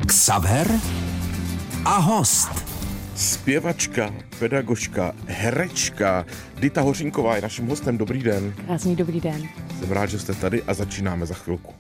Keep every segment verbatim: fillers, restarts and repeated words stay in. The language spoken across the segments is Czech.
Xaver a host. Zpěvačka, pedagožka, herečka Dita Hořínková je naším hostem. Dobrý den. Krásný dobrý den. Jsem rád, že jste tady a začínáme za chvilku.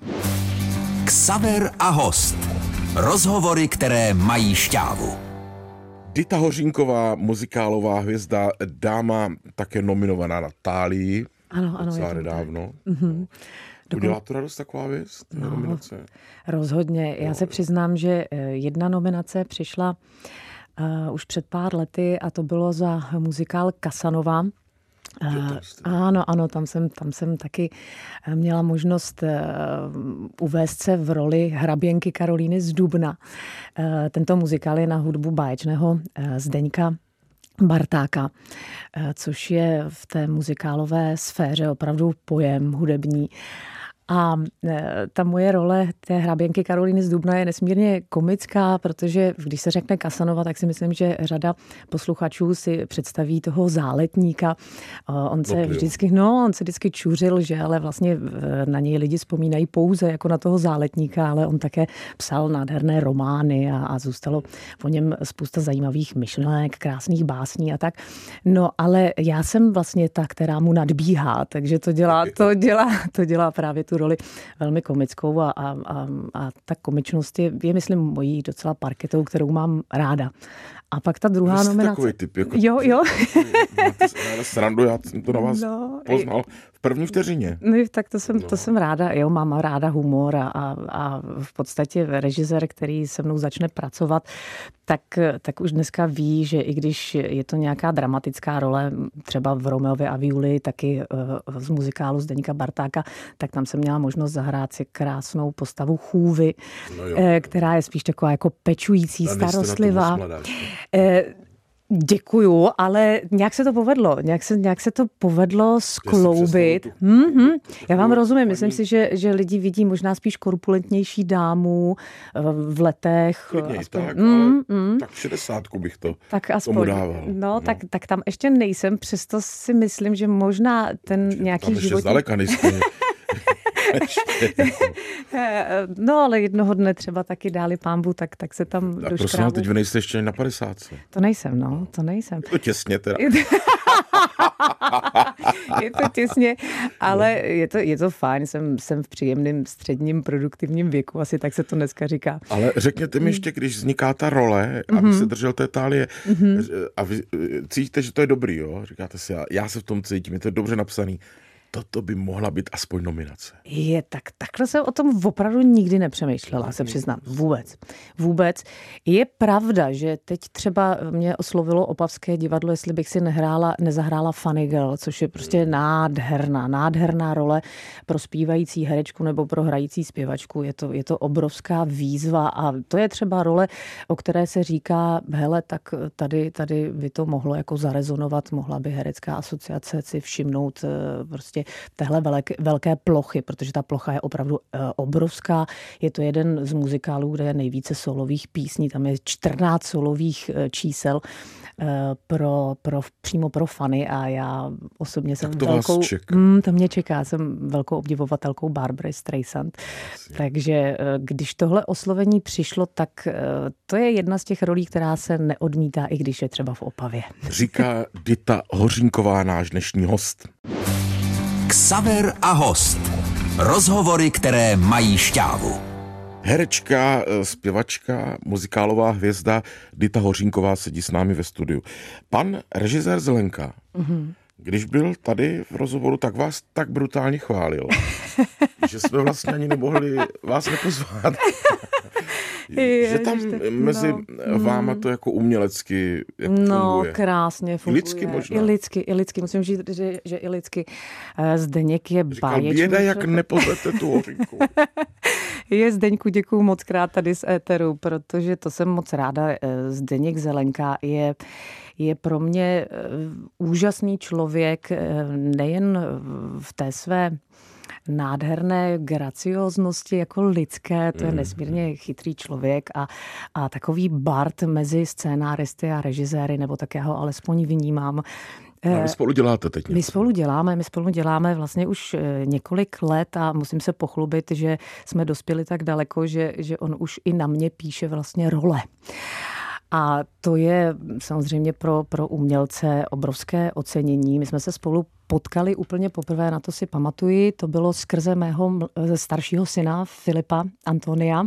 Xaver a host. Rozhovory, které mají šťávu. Dita Hořínková, muzikálová hvězda, dáma také nominovaná na Tálii. Ano, ano. Docela nedávno. Mm-hmm. Udělá to radost taková věc? No, nominace? Rozhodně. Já no. se přiznám, že jedna nominace přišla uh, už před pár lety a to bylo za muzikál Casanova. Uh, ano, ano, tam jsem, tam jsem taky měla možnost uh, uvést se v roli hraběnky Karolíny z Dubna. Uh, tento muzikál je na hudbu báječného uh, Zdeňka Bartáka, což je v té muzikálové sféře opravdu pojem hudební. A ta moje role té hraběnky Karolíny z Dubna je nesmírně komická, protože když se řekne Casanova, tak si myslím, že řada posluchačů si představí toho záletníka. On se vždycky, no, on se vždycky čuřil, že ale vlastně na něj lidi vzpomínají pouze jako na toho záletníka, ale on také psal nádherné romány a, a zůstalo po něm spousta zajímavých myšlenek, krásných básní a tak. No, ale já jsem vlastně ta, která mu nadbíhá, takže to dělá, to dělá, to dělá právě tu roli velmi komickou a, a, a, a ta komičnost je, je, myslím, mojí docela parketou, kterou mám ráda. A pak ta druhá nominace. Takový typ, jako jo, jo. Máte srandu, já jsem to na vás no, poznal v první vteřině. No, tak to jsem, no. to jsem ráda. Jo, mám ráda humor a, a, a v podstatě režisér, který se mnou začne pracovat, tak, tak už dneska ví, že i když je to nějaká dramatická role, třeba v Romeovi a Julii, taky uh, z muzikálu Zdeňka Bartáka, tak tam jsem měla možnost zahrát si krásnou postavu chůvy, no jo, eh, která je spíš taková jako pečující, starostlivá. Děkuju, ale nějak se to povedlo. Nějak se, nějak se to povedlo skloubit. Mm-hmm. Já vám rozumím. Myslím si, že, že lidi vidí možná spíš korpulentnější dámu v letech. Klidněji, aspoň, tak, mm, ale mm. tak šedesátku bych to tak aspoň, tomu dával. No, no. Tak, tak tam ještě nejsem. Přesto si myslím, že možná ten Určitě, nějaký tam ještě životní... zdaleka nejste. No, ale jednoho dne třeba taky dáli pánbu, tak, tak se tam a do prosím, škrábu... teď vy nejste ještě na padesátce. To nejsem, no, to nejsem. To těsně teda. Je to těsně, ale je to, je to fajn, jsem, jsem v příjemným středním produktivním věku, asi tak se to dneska říká. Ale řekněte mi ještě, když vzniká ta role, aby mm-hmm. se držel té Tálie mm-hmm. a vy cítíte, že to je dobrý, jo? Říkáte si, já se v tom cítím, je to dobře napsaný. Toto by mohla být aspoň nominace. Je, tak takhle jsem o tom opravdu nikdy nepřemýšlela, se přiznám. Vůbec. Vůbec. Je pravda, že teď třeba mě oslovilo Opavské divadlo, jestli bych si nehrála, nezahrála Funny Girl, což je prostě nádherná, nádherná role pro zpívající herečku nebo pro hrající zpěvačku. Je to, je to obrovská výzva a to je třeba role, o které se říká, hele, tak tady, tady by to mohlo jako zarezonovat, mohla by herecká asociace si všimnout prostě téhle velké, velké plochy, protože ta plocha je opravdu e, obrovská. Je to jeden z muzikálů, kde je nejvíce solových písní, tam je čtrnáct solových e, čísel e, pro, pro, přímo pro fany a já osobně jsem to velkou... čeká. Mm, to mě čeká, jsem velkou obdivovatelkou Barbary Streisand. Asi. Takže e, když tohle oslovení přišlo, tak e, to je jedna z těch rolí, která se neodmítá, i když je třeba v Opavě. Říká Dita Hořínková, náš dnešní host. Xaver a host. Rozhovory, které mají šťávu. Herečka, zpěvačka, muzikálová hvězda Dita Hořínková sedí s námi ve studiu. Pan režisér Zelenka, mm-hmm. když byl tady v rozhovoru, tak vás tak brutálně chválil, že jsme vlastně ani nemohli vás nepozvat. Je, že tam te, mezi no, váma to jako umělecky jako no, funguje. krásně funguje. I lidsky možná. I lidsky, i lidsky. Musím říct, že, že i lidsky. Zdeněk je báječný. Běda, jak nepozvete tu Hořínku. Je, Zdeňku, děkuju moc krát tady z éteru, protože to jsem moc ráda. Zdeněk Zelenka je je pro mě úžasný člověk, nejen v té své nádherné gracioznosti jako lidské, to je nesmírně chytrý člověk a, a takový bard mezi scénáristy a režiséry, nebo tak já ho alespoň vnímám. A vy spolu děláte teď něco? My spolu děláme, my spolu děláme vlastně už několik let a musím se pochlubit, že jsme dospěli tak daleko, že, že on už i na mě píše vlastně role. A to je samozřejmě pro, pro umělce obrovské ocenění. My jsme se spolu potkali úplně poprvé, na to si pamatuji. To bylo skrze mého staršího syna Filipa Antonia,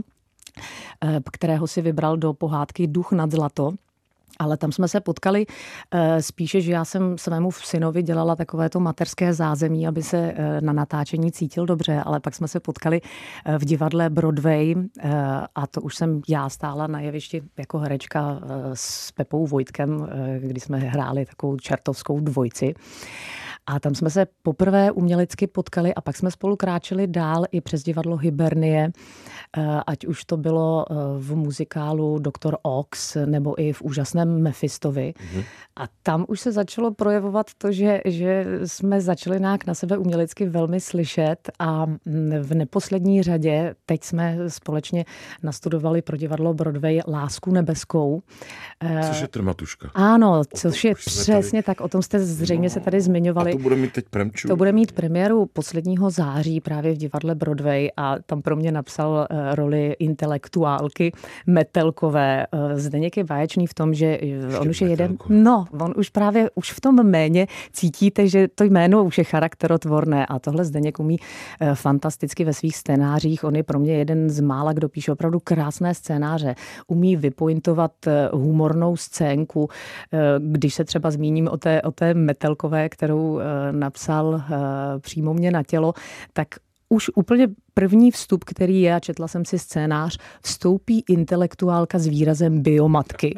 kterého si vybral do pohádky Duch nad zlato. Ale tam jsme se potkali spíše, že já jsem svému synovi dělala takovéto mateřské zázemí, aby se na natáčení cítil dobře, ale pak jsme se potkali v divadle Broadway a to už jsem já stála na jevišti jako herečka s Pepou Vojtkem, kdy jsme hráli takovou čertovskou dvojici. A tam jsme se poprvé umělecky potkali a pak jsme spolu kráčeli dál i přes divadlo Hibernie, ať už to bylo v muzikálu Doktor Ox nebo i v úžasném Mephistovi. Mm-hmm. A tam už se začalo projevovat to, že, že jsme začali nějak na sebe umělecky velmi slyšet a v neposlední řadě teď jsme společně nastudovali pro divadlo Broadway Lásku nebeskou. Což je Trmatuška. Ano, což je přesně tady... tak, o tom jste zřejmě no, se tady zmiňovali. A to bude mít teď premču. To bude mít premiéru posledního září právě v divadle Broadway a tam pro mě napsal roli intelektuálky Metelkové. Zdeněk je báječný v tom, že Ještě on už je jeden... No, on už právě už v tom jméně cítíte, že to jméno už je charakterotvorné a tohle Zdeněk umí fantasticky ve svých scénářích. On je pro mě jeden z mála, kdo píše opravdu krásné scénáře. Umí vypointovat humornou scénku. Když se třeba zmíním o té, o té Metelkové, kterou napsal přímo mě na tělo, tak už úplně první vstup, který je, a četla jsem si scénář, vstoupí intelektuálka s výrazem biomatky.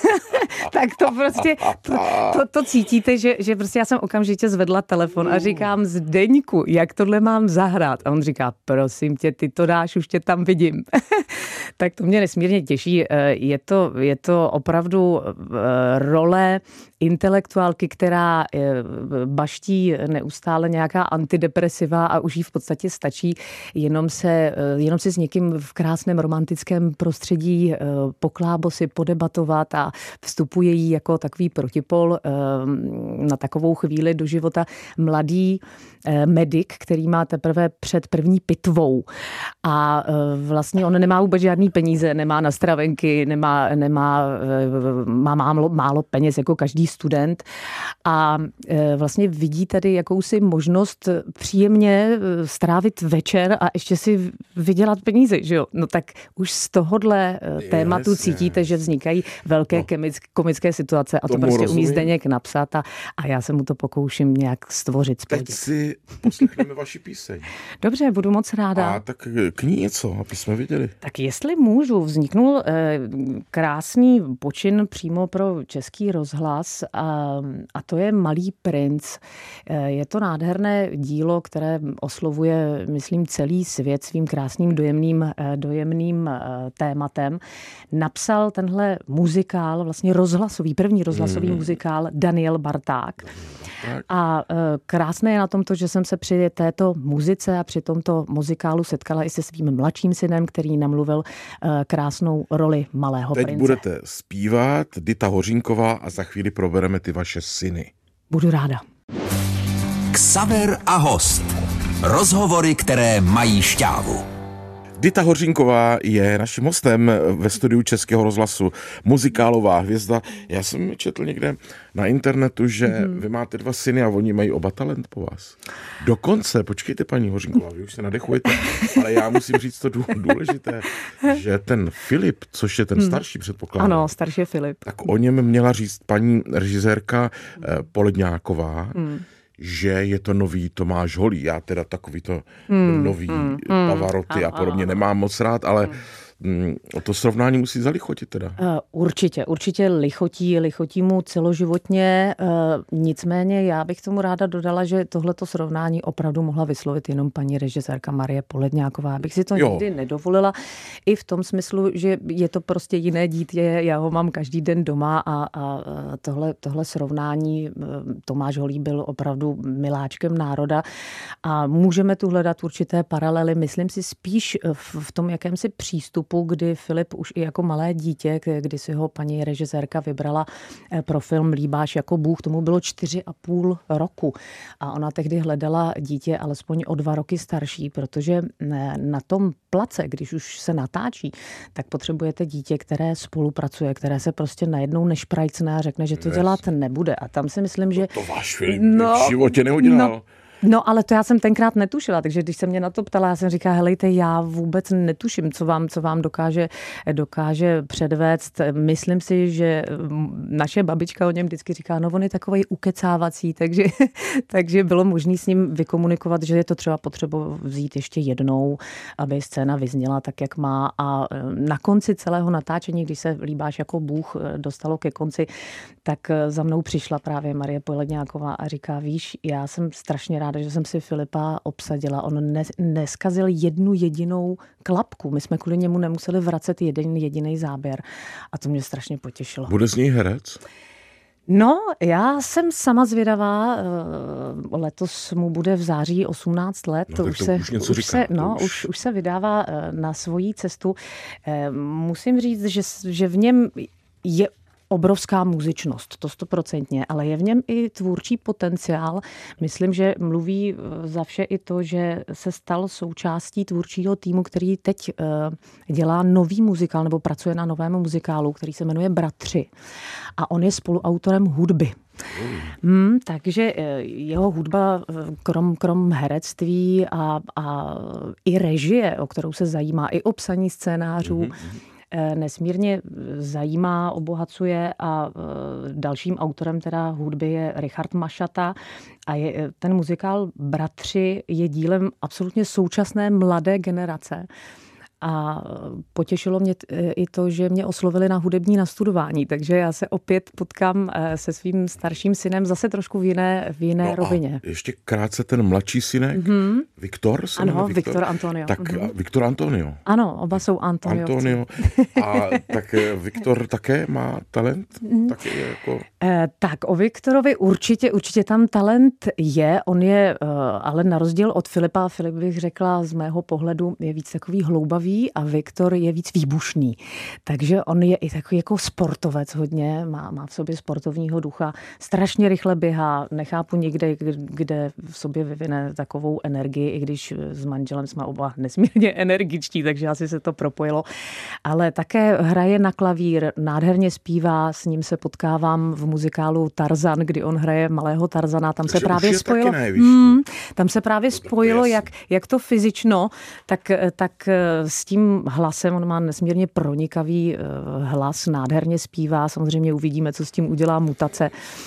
Tak to prostě, to, to, to cítíte, že, že prostě já jsem okamžitě zvedla telefon a říkám Zdeňku, jak tohle mám zahrát? A on říká, prosím tě, ty to dáš, už tě tam vidím. Tak to mě nesmírně těší. Je to, je to opravdu role intelektuálky, která baští neustále nějaká antidepresiva a už jí v podstatě stačí jenom se, jenom si s někým v krásném romantickém prostředí poklábosi, podebatovat a vstupuje jí jako takový protipol na takovou chvíli do života mladý medic, který má teprve před první pitvou a vlastně on nemá vůbec žádný peníze, nemá na stravenky, nemá, nemá má málo, málo peněz jako každý student a vlastně vidí tady jakousi možnost příjemně strávit večer a ještě si vydělat peníze, že jo? No tak už z tohohle tématu yes, cítíte, yes. že vznikají velké no. komické situace a to prostě rozumím. Umí Zdeněk napsat a, a já se mu to pokouším nějak stvořit. Splodit. Teď si poslechneme vaši píseň. Dobře, budu moc ráda. A tak k ní něco, aby jsme viděli. Tak jestli můžu, vzniknul eh, krásný počin přímo pro Český rozhlas a, a to je Malý princ. Eh, je to nádherné dílo, které oslovuje, myslím, celý svět svým krásným dojemným, eh, dojemným eh, tématem. Napsal tenhle muzikál, vlastně rozhlasový, první rozhlasový hmm. muzikál Daniel Barták. A e, krásné je na tom to, že jsem se při této muzice a při tomto muzikálu setkala i se svým mladším synem, který namluvil e, krásnou roli malého Teď prince. Teď budete zpívat Dita Hořínková a za chvíli probereme ty vaše syny. Budu ráda. Xaver a host. Rozhovory, které mají šťávu. Dita Hořínková je naším hostem ve studiu Českého rozhlasu, muzikálová hvězda. Já jsem četl někde na internetu, že mm. vy máte dva syny a oni mají oba talent po vás. Dokonce, počkejte paní Hořínková, vy už se nadechujete, ale já musím říct to důležité, že ten Filip, což je ten mm. starší předpokládám. Ano, starší Filip. Tak o něm měla říct paní režisérka Poledňáková, mm. že je to nový Tomáš Holý. Já teda takový to hmm, nový hmm, Pavarotti a podobně nemám moc rád, ale hmm. to srovnání musí zalichotit teda. Určitě, určitě lichotí, lichotí mu celoživotně. Nicméně já bych tomu ráda dodala, že tohleto srovnání opravdu mohla vyslovit jenom paní režisérka Marie Poledňáková. Abych si to jo. nikdy nedovolila. I v tom smyslu, že je to prostě jiné dítě, já ho mám každý den doma a, a tohle, tohle srovnání Tomáš Holý byl opravdu miláčkem národa a můžeme tu hledat určité paralely, myslím si spíš v, v tom jakémsi přístupu etapu, kdy Filip už i jako malé dítě, kdy si ho paní režisérka vybrala pro film Líbáš jako Bůh, tomu bylo čtyři a půl roku. A ona tehdy hledala dítě alespoň o dva roky starší, protože na tom place, když už se natáčí, tak potřebujete dítě, které spolupracuje, které se prostě najednou nešprajcne a řekne, že to dělat nebude. A tam si myslím, že... To, to váš Filip no, v životě neudělal. No, No, ale to já jsem tenkrát netušila, takže když se mě na to ptala, já jsem říkala, helejte, já vůbec netuším, co vám, co vám dokáže, dokáže předvést. Myslím si, že naše babička o něm vždycky říká, no on je takovej ukecávací, takže, takže bylo možné s ním vykomunikovat, že je to třeba potřeba vzít ještě jednou, aby scéna vyzněla tak, jak má. A na konci celého natáčení, když se Líbáš jako Bůh dostalo ke konci, tak za mnou přišla právě Marie Poledňáková a říká, víš, já jsem strašně ráda, že jsem si Filipa obsadila. On ne, neskazil jednu jedinou klapku. My jsme kvůli němu nemuseli vracet jeden jediný záběr. A to mě strašně potěšilo. Bude z něj herec? No, já jsem sama zvědavá. Letos mu bude v září osmnáct let. No, to už, se, už, něco už, říká, se, to no, už... už, už se vydává na svoji cestu. Musím říct, že, že v něm je obrovská muzičnost, to stoprocentně, ale je v něm i tvůrčí potenciál. Myslím, že mluví za vše i to, že se stal součástí tvůrčího týmu, který teď dělá nový muzikál nebo pracuje na novém muzikálu, který se jmenuje Bratři. A on je spoluautorem hudby. Hmm, takže jeho hudba, krom, krom herectví a, a i režie, o kterou se zajímá, i o psaní scénářů, mm-hmm. nesmírně zajímá, obohacuje a dalším autorem teda hudby je Richard Mašata a je, ten muzikál Bratři je dílem absolutně současné mladé generace. A potěšilo mě i to, že mě oslovili na hudební nastudování, takže já se opět potkám se svým starším synem zase trošku v jiné, v jiné no rovině. A ještě krátce ten mladší synek, mm-hmm. Viktor? Se ano, Viktor? Viktor Antonio. Tak mm-hmm. Viktor Antonio. Ano, oba jsou Antonio. Antonio. A tak Viktor také má talent? Mm. Taky jako... eh, tak o Viktorovi určitě, určitě tam talent je. On je, eh, ale na rozdíl od Filipa, Filip bych řekla z mého pohledu, je víc takový hloubavý a Viktor je víc výbušný. Takže on je i takový jako sportovec hodně, má, má v sobě sportovního ducha, strašně rychle běhá, nechápu nikde, kde v sobě vyvine takovou energii, i když s manželem jsme oba nesmírně energičtí, takže asi se to propojilo. Ale také hraje na klavír, nádherně zpívá, s ním se potkávám v muzikálu Tarzan, kdy on hraje malého Tarzana, tam takže se právě spojilo, hmm, tam se právě to spojilo, jak, jak to fyzično, tak, tak s tím hlasem, on má nesmírně pronikavý hlas, nádherně zpívá, samozřejmě uvidíme, co s tím udělá mutace,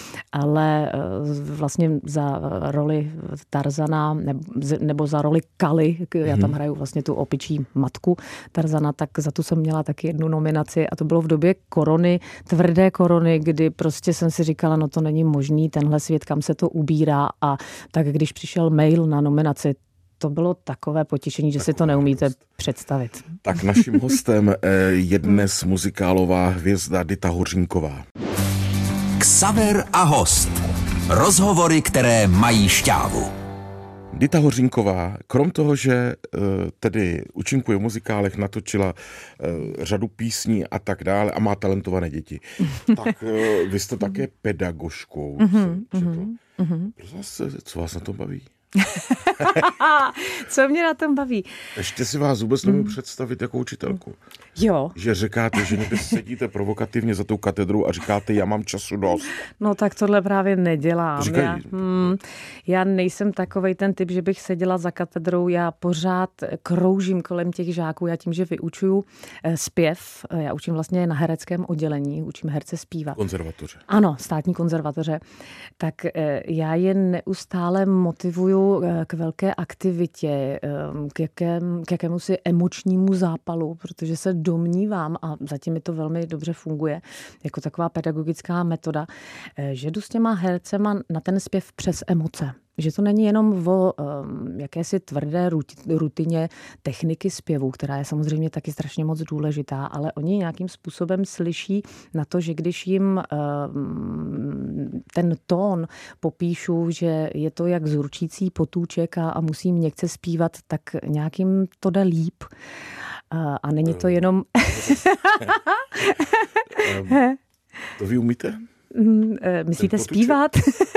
ale vlastně za roli Tarzana nebo za roli Kali, já tam hraju vlastně tu opičí matku Tarzana, tak za tu jsem měla taky jednu nominaci a to bylo v době korony, tvrdé korony, kdy prostě jsem si říkala, no to není možný, tenhle svět, kam se to ubírá a tak když přišel mail na nominaci, to bylo takové potěšení, že si to neumíte představit. Tak naším hostem je dnes muzikálová hvězda Dita Hořínková. Xaver a host. Rozhovory, které mají šťávu. Dita Hořínková, krom toho, že tedy účinkuje v muzikálech, natočila řadu písní a tak dále a má talentované děti, tak vy jste také pedagožkou. Mm-hmm, mm-hmm. Co vás na tom baví? Co mě na tom baví? Ještě si vás vůbec nemůžu mm. představit jako učitelku. Jo. Že říkáte, že někdy sedíte provokativně za tou katedrou a říkáte, já mám času dost. No tak tohle právě nedělám. Říkají. Já, hmm, já nejsem takovej ten typ, že bych seděla za katedrou, já pořád kroužím kolem těch žáků, já tím, že vyučuju zpěv, já učím vlastně na hereckém oddělení, učím herce zpívat. Konzervatoře. Ano, státní konzervatoře. Tak já je neustále motivuju k velké aktivitě, k, jakém, k jakému si emočnímu zápalu, protože se domnívám, a zatím mi to velmi dobře funguje, jako taková pedagogická metoda, že jdu s těma hercema na ten zpěv přes emoce. Že to není jenom o um, jakési tvrdé rutině techniky zpěvu, která je samozřejmě taky strašně moc důležitá, ale oni nějakým způsobem slyší na to, že když jim um, ten tón popíšu, že je to jak zručící potůček a, a musím někde zpívat, tak nějakým to jde líp. A, a není to jenom... To vy umíte? Myslíte zpívat?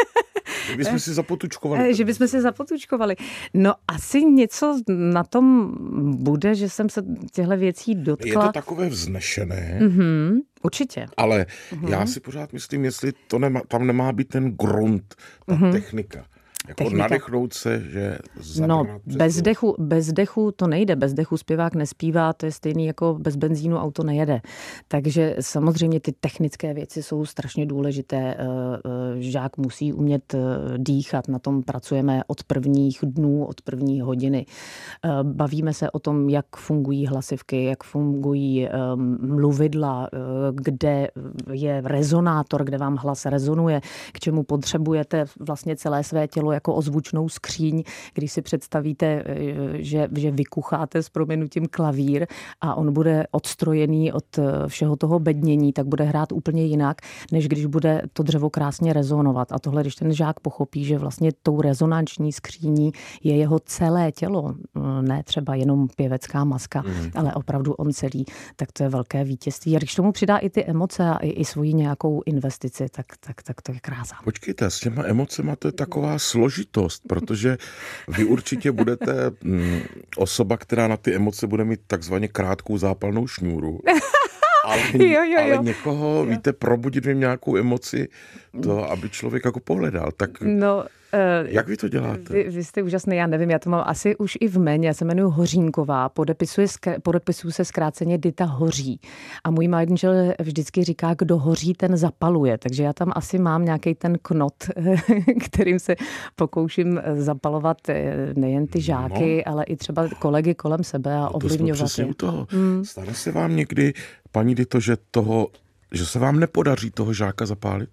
Že bychom si zapotučkovali. Že bychom si zapotučkovali. No asi něco na tom bude, že jsem se těchto věcí dotkla. Je to takové vznešené. Mm-hmm, určitě. Ale mm-hmm. já si pořád myslím, jestli to nemá, tam nemá být ten grunt, ta mm-hmm. technika. Jako technika. Nadechnout se, že No, bez dechu, bez dechu to nejde. Bez dechu zpěvák nespívá, to je stejný jako bez benzínu auto nejede. Takže samozřejmě ty technické věci jsou strašně důležité. Žák musí umět dýchat, na tom pracujeme od prvních dnů, od první hodiny. Bavíme se o tom, jak fungují hlasivky, jak fungují mluvidla, kde je rezonátor, kde vám hlas rezonuje, k čemu potřebujete vlastně celé své tělo jako ozvučnou skříň, když si představíte, že, že vykucháte s prominutím klavír a on bude odstrojený od všeho toho bednění, tak bude hrát úplně jinak, než když bude to dřevo krásně rezonovat. A tohle, když ten žák pochopí, že vlastně tou rezonanční skříní je jeho celé tělo, ne třeba jenom pěvecká maska, mm. ale opravdu on celý, tak to je velké vítězství. A když tomu přidá i ty emoce a i, i svoji nějakou investici, tak, tak, tak to je krása. Počkejte, s těma emocema to je taková složitost, protože vy určitě budete mm, osoba, která na ty emoce bude mít takzvaně krátkou zápalnou šňůru. Ale, jo, jo, jo. ale někoho, jo. víte, probudit v nějakou emoci, to, aby člověk jako pohledal. Tak no, jak vy to děláte? Vy, vy jste úžasný, já nevím, já to mám asi už i v jméně, já se jmenuji Hořínková, podepisuji, podepisuji se zkráceně Dita Hoří. A můj manžel vždycky říká, kdo hoří, ten zapaluje, takže já tam asi mám nějaký ten knot, kterým se pokouším zapalovat nejen ty žáky, no. ale i třeba kolegy kolem sebe a no, ovlivňovat. To jsme přesně u toho. Hmm. Stane se vám někdy, paní Dito, že toho, že se vám nepodaří toho žáka zapálit?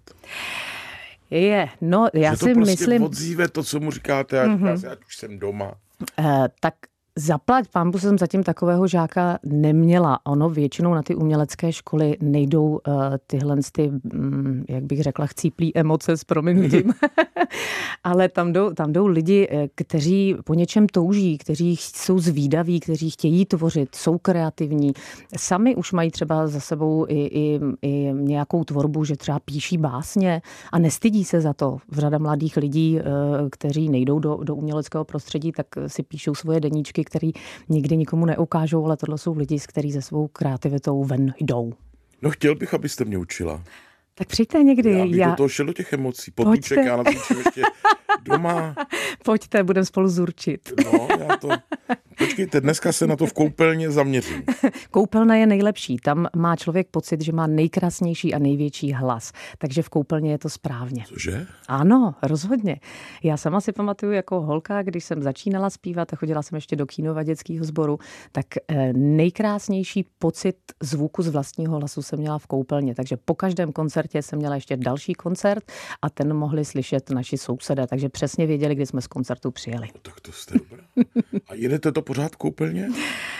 Je, no já že si to prostě myslím... odzíve to, co mu říkáte, a říká si, ať už jsem doma. Uh, tak zaplať pánbu jsem zatím takového žáka neměla. Ono většinou na ty umělecké školy nejdou uh, tyhle, ty, um, jak bych řekla, chcíplý emoce s prominutím. Ale tam jdou, tam jdou lidi, kteří po něčem touží, kteří jsou zvídaví, kteří chtějí tvořit, jsou kreativní. Sami už mají třeba za sebou i, i, i nějakou tvorbu, že třeba píší básně a nestydí se za to. Řada mladých lidí, kteří nejdou do, do uměleckého prostředí, tak si píšou svoje deníčky, který nikdy nikomu neukážou, ale tohle jsou lidi, kteří se svou kreativitou ven jdou. No chtěl bych, abyste mě učila. Tak přijďte někdy. Já bych já... do toho šel do těch emocí. Potůček, já natůčím ještě doma. Pojďte, budeme spolu zurčit. No, já to... Počkejte, dneska se na to v koupelně zaměřím. Koupelna je nejlepší. Tam má člověk pocit, že má nejkrásnější a největší hlas. Takže v koupelně je to správně. Cože? Ano, rozhodně. Já sama si pamatuju jako holka, když jsem začínala zpívat a chodila jsem ještě do kínova dětského sboru, tak nejkrásnější pocit zvuku z vlastního hlasu jsem měla v koupelně. Takže po každém koncertě jsem měla ještě další koncert a ten mohli slyšet naši sousedé. Takže přesně věděli, kdy jsme z koncertu přijeli. No, tak to jste dobrá. A jedete to pořád koupelně?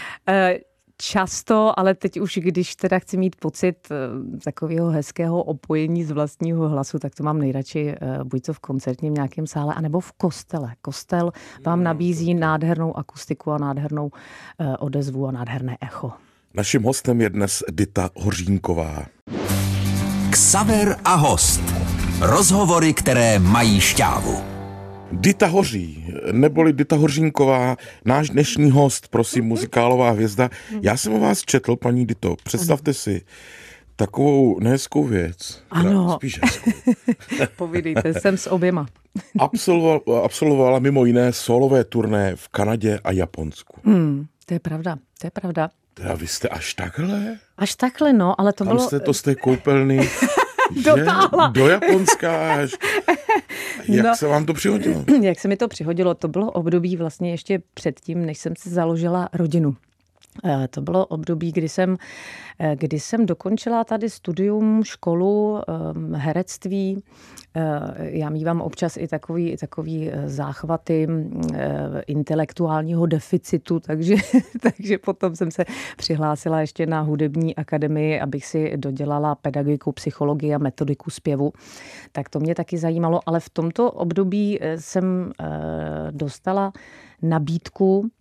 Často, ale teď už, když teda chci mít pocit takového hezkého opojení z vlastního hlasu, tak to mám nejradši buď to v koncertním nějakém sále, anebo v kostele. Kostel vám nabízí nádhernou akustiku a nádhernou odezvu a nádherné echo. Naším hostem je dnes Dita Hořínková. Xaver a host. Rozhovory, které mají šťávu. Dita Hoří, neboli Dita Hořínková, náš dnešní host, prosím, muzikálová hvězda. Já jsem o vás četl, paní Dito, představte si takovou nehezkou věc. Ano. Spíš hezkou. Povídejte, jsem s oběma. Absolvovala, absolvovala mimo jiné solové turné v Kanadě a Japonsku. Hmm, to je pravda, to je pravda. Teda vy jste až takhle? Až takhle, no, ale to Tam bylo... jste to z té koupelny... Dotáhla. Do Japonska až... Jak no, se vám to přihodilo? Jak se mi to přihodilo? To bylo období vlastně ještě předtím, než jsem si založila rodinu. To bylo období, kdy jsem, kdy jsem dokončila tady studium, školu, herectví. Já mívám občas i takový, takový záchvaty intelektuálního deficitu, takže, takže potom jsem se přihlásila ještě na hudební akademii, abych si dodělala pedagogiku, psychologii a metodiku zpěvu. Tak to mě taky zajímalo, ale v tomto období jsem dostala nabídku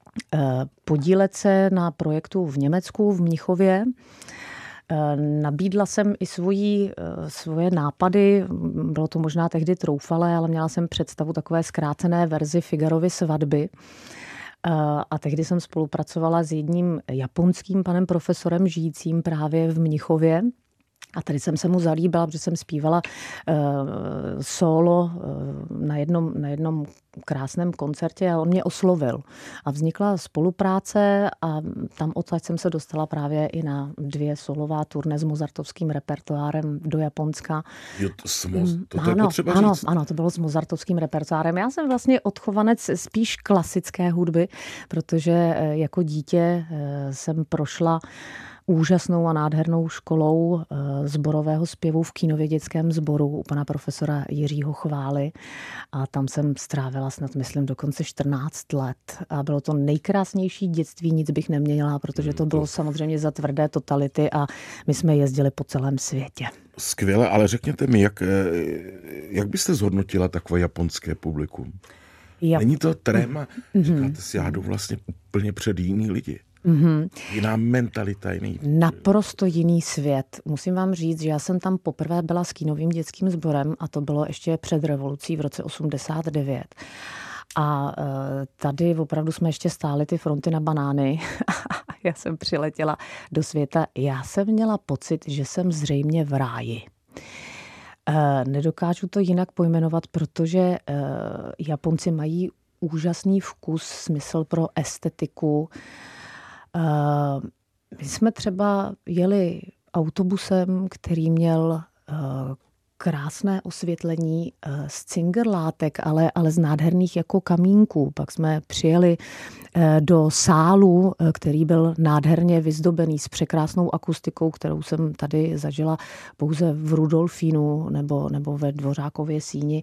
podílet se na projektu v Německu, v Mnichově. Nabídla jsem i svoji, svoje nápady, bylo to možná tehdy troufalé, ale měla jsem představu takové zkrácené verzi Figarovy svatby. A tehdy jsem spolupracovala s jedním japonským panem profesorem žijícím právě v Mnichově. A tady jsem se mu zalíbila, protože jsem zpívala uh, solo uh, na, jednom, na jednom krásném koncertě a on mě oslovil. A vznikla spolupráce a tam odsaď jsem se dostala právě i na dvě solová turné s mozartovským repertoárem do Japonska. Jo, to, moz, to, to ano, je potřeba ano, říct. Ano, to bylo s mozartovským repertoárem. Já jsem vlastně odchovanec spíš klasické hudby, protože jako dítě jsem prošla úžasnou a nádhernou školou sborového zpěvu v Kínověděckém sboru u pana profesora Jiřího Chvály a tam jsem strávila snad, myslím, dokonce čtrnáct let a bylo to nejkrásnější dětství, nic bych neměla, protože to bylo samozřejmě za tvrdé totality a my jsme jezdili po celém světě. Skvěle, ale řekněte mi, jak, jak byste zhodnotila takové japonské publikum? Ja. Není to tréma? Mm-hmm. Říkáte si, já jdu vlastně úplně před jiný lidi. Mm-hmm. Jiná mentalita, jiný... Naprosto jiný svět. Musím vám říct, že já jsem tam poprvé byla s Kínovým dětským sborem a to bylo ještě před revolucí v roce osmdesát devět. A tady opravdu jsme ještě stáli ty fronty na banány. Já jsem přiletěla do světa. Já jsem měla pocit, že jsem zřejmě v ráji. Nedokážu to jinak pojmenovat, protože Japonci mají úžasný vkus, smysl pro estetiku. My jsme třeba jeli autobusem, který měl krásné osvětlení z cingerlátek, ale, ale z nádherných jako kamínků. Pak jsme přijeli do sálu, který byl nádherně vyzdobený s překrásnou akustikou, kterou jsem tady zažila pouze v Rudolfínu nebo, nebo ve Dvořákově síni.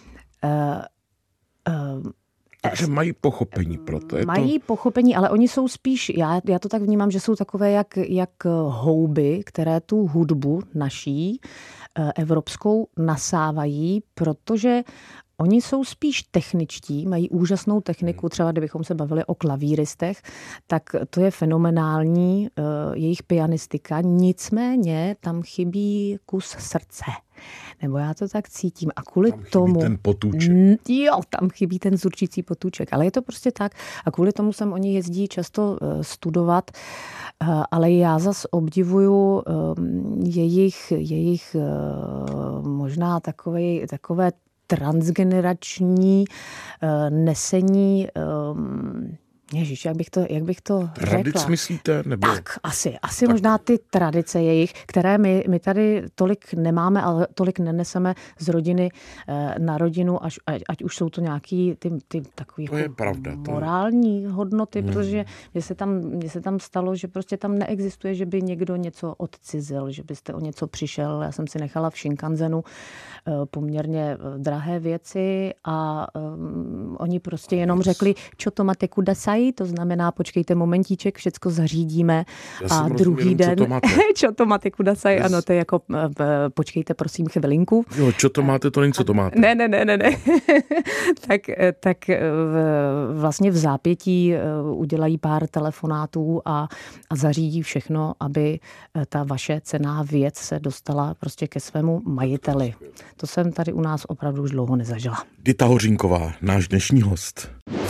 Takže mají pochopení pro to. Je mají to... pochopení, ale oni jsou spíš, já, já to tak vnímám, že jsou takové jak, jak houby, které tu hudbu naší evropskou nasávají, protože oni jsou spíš techničtí, mají úžasnou techniku, třeba kdybychom se bavili o klavíristech, tak to je fenomenální uh, jejich pianistika, nicméně tam chybí kus srdce. Nebo já to tak cítím. A kvůli tam chybí tomu... ten potůček. Jo, tam chybí ten zurčící potůček. Ale je to prostě tak. A kvůli tomu sem oni jezdí často uh, studovat. Uh, ale já zas obdivuju uh, jejich, jejich uh, možná takové, takové transgenerační uh, nesení... Um, Ježiš, jak bych to, jak bych to Tradic řekla. myslíte? Nebo... Tak, asi. Asi tak. Možná ty tradice jejich, které my, my tady tolik nemáme, ale tolik neneseme z rodiny eh, na rodinu, až, ať, ať už jsou to nějaký ty, ty takový to je pravda, to morální hodnoty, hmm. protože mně se, tam, mně se tam stalo, že prostě tam neexistuje, že by někdo něco odcizil, že byste o něco přišel. Já jsem si nechala v Shinkanzenu eh, poměrně drahé věci a eh, oni prostě jenom řekli, čo to máte kudasaj, to znamená, počkejte momentíček, všecko zařídíme a druhý den... Čo to máte? Čo to máte, kudasaj, yes. Ano, to je jako, počkejte prosím chvilinku. Jo, čo to máte, to není, co to máte. Ne, ne, ne, ne, ne. tak, tak vlastně v zápětí udělají pár telefonátů a, a zařídí všechno, aby ta vaše cenná věc se dostala prostě ke svému majiteli. To jsem tady u nás opravdu už dlouho nezažila. Dita Hořínková, náš dnešní host.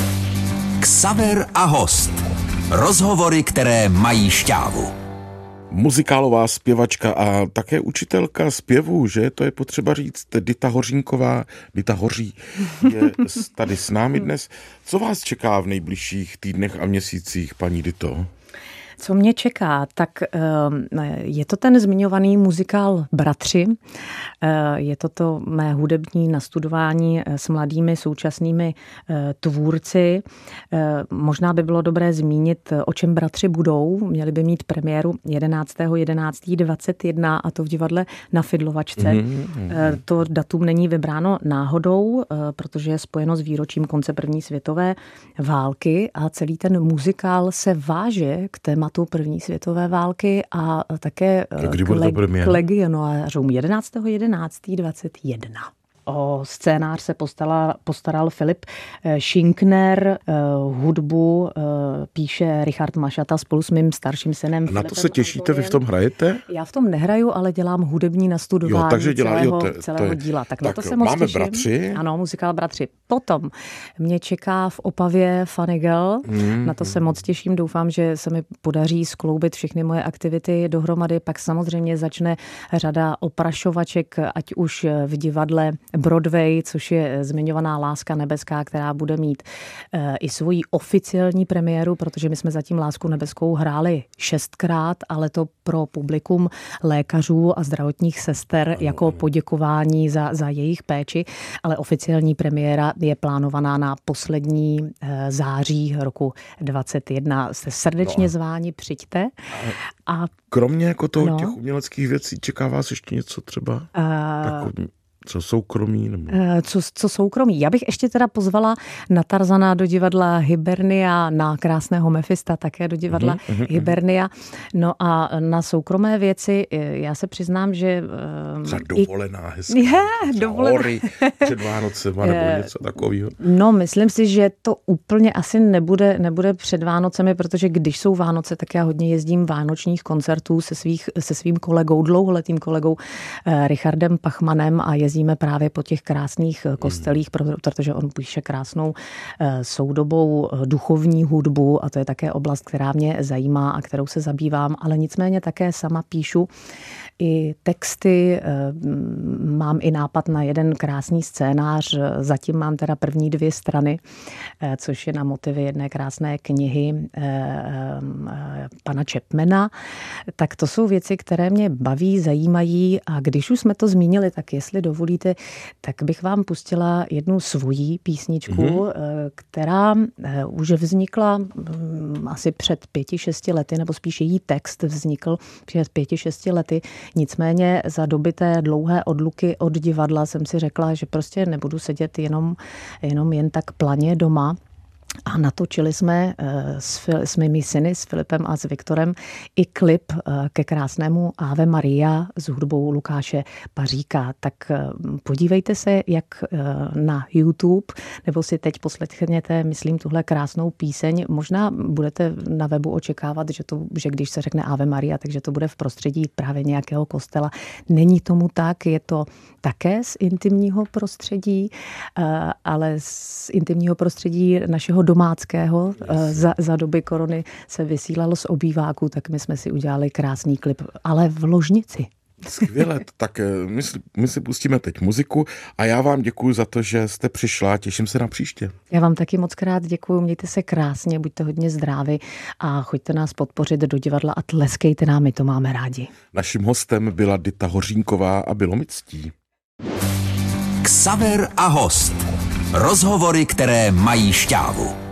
Xaver a host. Rozhovory, které mají šťávu. Muzikálová zpěvačka a také učitelka zpěvu, že to je potřeba říct. Dita Hořínková, Dita Hoří, je tady s námi dnes. Co vás čeká v nejbližších týdnech a měsících, paní Dito? Co mě čeká? Tak je to ten zmiňovaný muzikál Bratři. Je to to mé hudební nastudování s mladými současnými tvůrci. Možná by bylo dobré zmínit, o čem Bratři budou. Měli by mít premiéru jedenáctého jedenáctého dvacet jedna a to v divadle Na Fidlovačce. Mm-hmm. To datum není vybráno náhodou, protože je spojeno s výročím konce první světové války a celý ten muzikál se váže k tématu první světové války a také k, le- k legionářům jedenáctého jedenáctého dvacet jedna. O scénář se postaral, postaral Filip Schinkner, hudbu píše Richard Mašata spolu s mým starším synem. A na to se těšíte, vy v tom hrajete? Já v tom nehraju, ale dělám hudební nastudování jo, takže dělá, celého, jo, to, celého to je, díla. Tak, tak na to se moc máme těším. Bratři. Ano, muzikál Bratři. Potom mě čeká v Opavě Funny Girl. Mm, na to mm. se moc těším. Doufám, že se mi podaří skloubit všechny moje aktivity dohromady. Pak samozřejmě začne řada oprašovaček, ať už v divadle Broadway, což je zmiňovaná Láska nebeská, která bude mít e, i svoji oficiální premiéru, protože my jsme zatím Lásku nebeskou hráli šestkrát, ale to pro publikum lékařů a zdravotních sester jako poděkování za, za jejich péči, ale oficiální premiéra je plánovaná na poslední e, září roku dvacet jedna. Jste srdečně no. zváni, přijďte. A kromě jako toho, no. těch uměleckých věcí, čeká vás ještě něco třeba? Uh, takový... Co soukromí? Nebo... Co, co soukromí? Já bych ještě teda pozvala na Tarzana do divadla Hibernia, na krásného Mefista také do divadla uh-huh, Hibernia. No a na soukromé věci, já se přiznám, že... Za dovolená, hezká. Je, dovolená. Hory před Vánocema nebo něco takového. No, myslím si, že to úplně asi nebude, nebude před Vánocemi, protože když jsou Vánoce, tak já hodně jezdím vánočních koncertů se, svých, se svým kolegou, dlouholetým kolegou eh, Richardem Pachmanem a jezdím Jezdíme právě po těch krásných kostelích, protože on píše krásnou soudobou duchovní hudbu a to je také oblast, která mě zajímá a kterou se zabývám, ale nicméně také sama píšu i texty, mám i nápad na jeden krásný scénář, zatím mám teda první dvě strany, což je na motivy jedné krásné knihy pana Chapmana. Tak to jsou věci, které mě baví, zajímají a když už jsme to zmínili, tak jestli dovolíte, tak bych vám pustila jednu svojí písničku, mm-hmm. která už vznikla asi před pěti, šesti lety, nebo spíš její text vznikl před pěti, šesti lety. Nicméně za doby té dlouhé odluky od divadla jsem si řekla, že prostě nebudu sedět jenom, jenom jen tak planě doma. A natočili jsme s, s mými syny, s Filipem a s Viktorem, i klip ke krásnému Ave Maria s hudbou Lukáše Paříka. Tak podívejte se, jak na YouTube, nebo si teď poslechněte, myslím, tuhle krásnou píseň. Možná budete na webu očekávat, že, to, že když se řekne Ave Maria, takže to bude v prostředí právě nějakého kostela. Není tomu tak, je to také z intimního prostředí, ale z intimního prostředí našeho domáckého. Za, za doby korony se vysílalo z obýváků, tak my jsme si udělali krásný klip, ale v ložnici. Skvěle, tak my, my si pustíme teď muziku a já vám děkuji za to, že jste přišla, těším se na příště. Já vám taky moc krát děkuji, mějte se krásně, buďte hodně zdraví a choďte nás podpořit do divadla a tleskejte nám, my to máme rádi. Naším hostem byla Dita Hořínková a bylo mi ctí. Xaver a host. Rozhovory, které mají šťávu.